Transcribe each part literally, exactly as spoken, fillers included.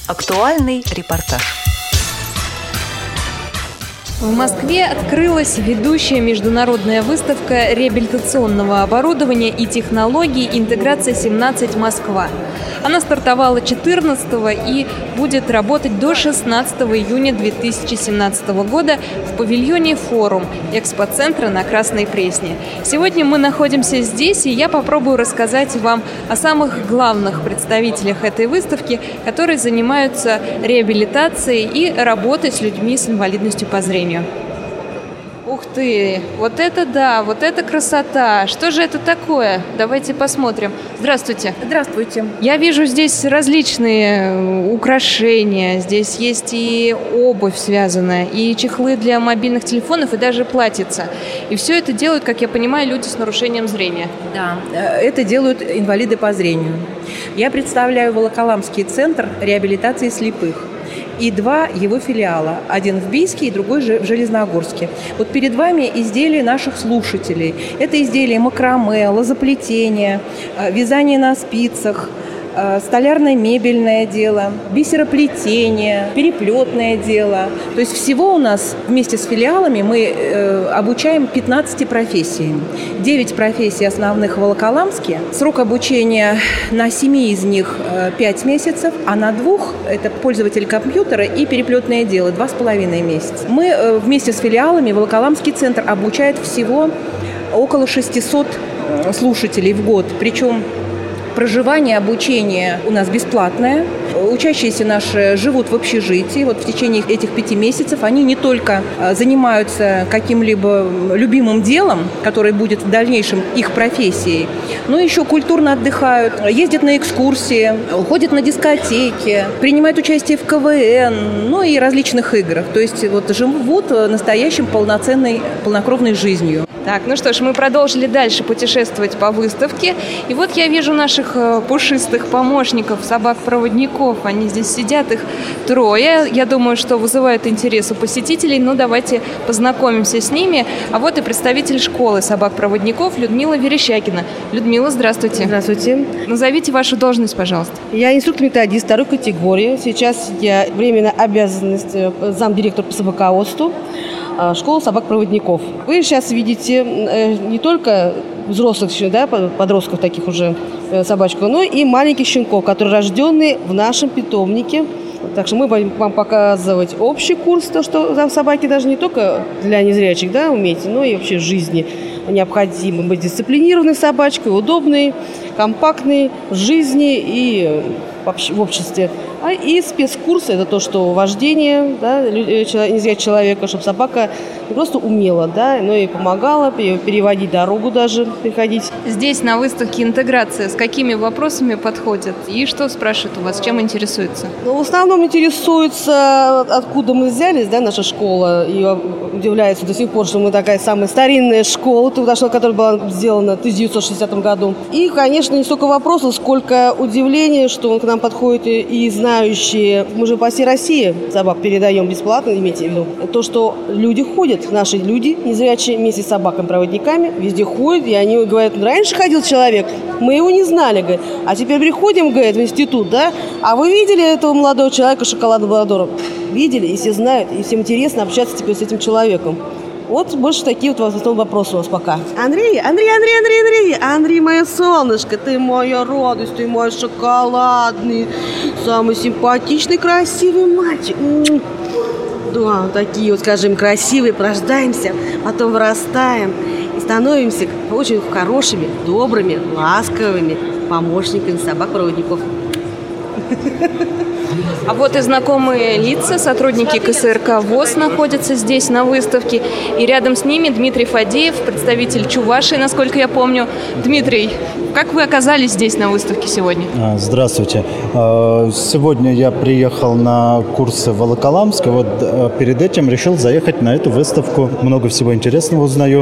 Актуальный репортаж. В Москве открылась ведущая международная выставка реабилитационного оборудования и технологий «Интеграция семнадцать Москва». Она стартовала четырнадцатого и будет работать до шестнадцатого июня две тысячи семнадцатого года в павильоне «Форум» экспоцентра на Красной Пресне. Сегодня мы находимся здесь, и я попробую рассказать вам о самых главных представителях этой выставки, которые занимаются реабилитацией и работой с людьми с инвалидностью по зрению. Ух ты, вот это да, вот это красота. Что же это такое? Давайте посмотрим. Здравствуйте. Здравствуйте. Я вижу здесь различные украшения. Здесь есть и обувь связанная, и чехлы для мобильных телефонов, и даже платьица. И все это делают, как я понимаю, люди с нарушением зрения. Да, это делают инвалиды по зрению. Я представляю Волоколамский центр реабилитации слепых и два его филиала. Один в Бийске и другой в Железногорске. Вот перед вами изделия наших слушателей. Это изделия макраме, лозоплетения, вязание на спицах, столярное мебельное дело, бисероплетение, переплетное дело. То есть всего у нас вместе с филиалами мы э, обучаем пятнадцати профессиям. девять профессий основных в Волоколамске. Срок обучения на семи из них э, пять месяцев, а на двух – это пользователь компьютера и переплетное дело – два с половиной месяца. Мы э, вместе с филиалами Волоколамский центр обучает всего около шестисот слушателей в год. Причем проживание, обучение у нас бесплатное. Учащиеся наши живут в общежитии. Вот в течение этих пяти месяцев они не только занимаются каким-либо любимым делом, которое будет в дальнейшем их профессией, но еще культурно отдыхают, ездят на экскурсии, ходят на дискотеки, принимают участие в ка вэ эн, ну и различных играх. То есть вот живут настоящим полноценной, полнокровной жизнью. Так, ну что ж, мы продолжили дальше путешествовать по выставке. И вот я вижу наших пушистых помощников, собак-проводников. Они здесь сидят, их трое. Я думаю, что вызывает интерес у посетителей. Ну, давайте познакомимся с ними. А вот и представитель школы собак-проводников Людмила Верещагина. Людмила, здравствуйте. Здравствуйте. Назовите вашу должность, пожалуйста. Я инструктор-методист второй категории. Сейчас я временно обязанность замдиректора по собаководству школы собак-проводников. Вы сейчас видите не только взрослых, да, подростков таких уже собачков, но и маленьких щенков, которые рожденные в нашем питомнике. Так что мы будем вам показывать общий курс, то, что собаки даже не только для незрячих, да, умеете, но и вообще в жизни необходимо быть дисциплинированной собачкой, удобной, компактной в жизни и в обществе. А и спецкурсы – это то, что вождение, да, незрячего человека, чтобы собака не просто умела, да, но и помогала переводить дорогу даже, переходить. Здесь на выставке «Интеграция» с какими вопросами подходят? И что спрашивают у вас, чем интересуются? Ну, в основном интересуется, откуда мы взялись, да, наша школа, и удивляется до сих пор, что мы такая самая старинная школа, которая была сделана в тысяча девятьсот шестидесятом году. И, конечно, не столько вопросов, сколько удивления, что к нам подходят и знающие, мы же по всей России собак передаем бесплатно, имейте в виду, то, что люди ходят, наши люди незрячие вместе с собаками-проводниками, везде ходят, и они говорят, раньше ходил человек, мы его не знали, говорят, а теперь приходим, говорят, в институт, да, а вы видели этого молодого человека, шоколадного ладора? Видели, и все знают, и всем интересно общаться теперь с этим человеком. Вот больше такие вот вопросы у нас пока. Андрей, Андрей, Андрей, Андрей, Андрей, Андрей, мое солнышко, ты моя радость, ты мой шоколадный, самый симпатичный, красивый мальчик. Да, такие вот, скажем, красивые, рождаемся, потом вырастаем и становимся очень хорошими, добрыми, ласковыми помощниками собак-проводников. А вот и знакомые лица, сотрудники ка эс эр ка ВОС находятся здесь на выставке. И рядом с ними Дмитрий Фадеев, представитель Чувашии, насколько я помню. Дмитрий, как вы оказались здесь на выставке сегодня? Здравствуйте. Сегодня я приехал на курсы в Волоколамск. Вот перед этим решил заехать на эту выставку. Много всего интересного узнаю.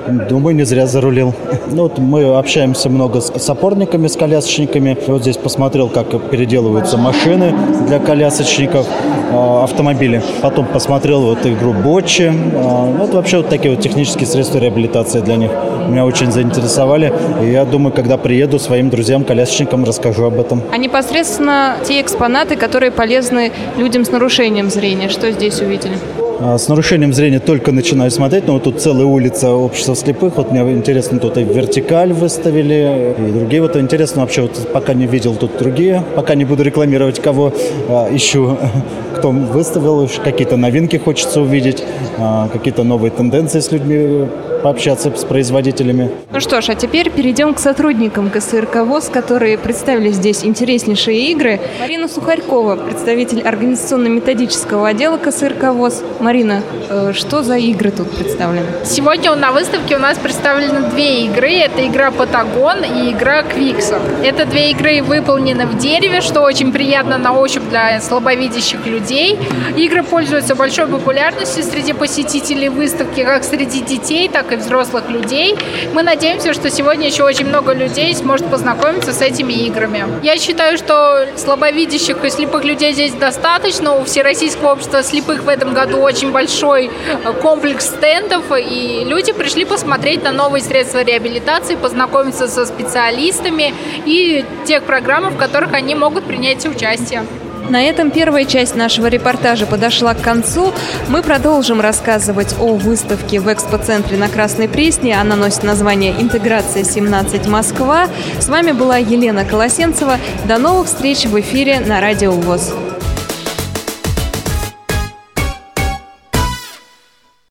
думаю, не зря зарулил. Ну, вот мы общаемся много с, с опорниками, с колясочниками. И вот здесь посмотрел, как переделываются машины для колясочников, э, автомобили. Потом посмотрел вот игру Бочи. Э, вот вообще вот такие вот технические средства реабилитации для них меня очень заинтересовали. И я думаю, когда приеду, своим друзьям-колясочникам расскажу об этом. А непосредственно те экспонаты, которые полезны людям с нарушением зрения, что здесь увидели? С нарушением зрения только начинаю смотреть, но вот тут целая улица общества слепых. Вот мне интересно, тут и вертикаль выставили, и другие. Вот интересно вообще, вот пока не видел тут другие, пока не буду рекламировать, кого а, ищу, кто выставил, какие-то новинки хочется увидеть, а, какие-то новые тенденции с людьми пообщаться, с производителями. Ну что ж, а теперь перейдем к сотрудникам КСРК ВОС, которые представили здесь интереснейшие игры. Марина Сухарькова, представитель организационно-методического отдела КСРК ВОС. Марина, что за игры тут представлены? Сегодня на выставке у нас представлены две игры. Это игра «Патагон» и игра «Квикса». Это две игры выполнены в дереве, что очень приятно на ощупь для слабовидящих людей. Игры пользуются большой популярностью среди посетителей выставки, как среди детей, так и взрослых людей. Мы надеемся, что сегодня еще очень много людей сможет познакомиться с этими играми. Я считаю, что слабовидящих и слепых людей здесь достаточно. У Всероссийского общества слепых в этом году очень большой комплекс стендов, и люди пришли посмотреть на новые средства реабилитации, познакомиться со специалистами и тех программ, в которых они могут принять участие. На этом первая часть нашего репортажа подошла к концу. Мы продолжим рассказывать о выставке в экспоцентре на Красной Пресне. Она носит название «Интеграция семнадцать Москва». С вами была Елена Колосенцева. До новых встреч в эфире на Радио ВОС.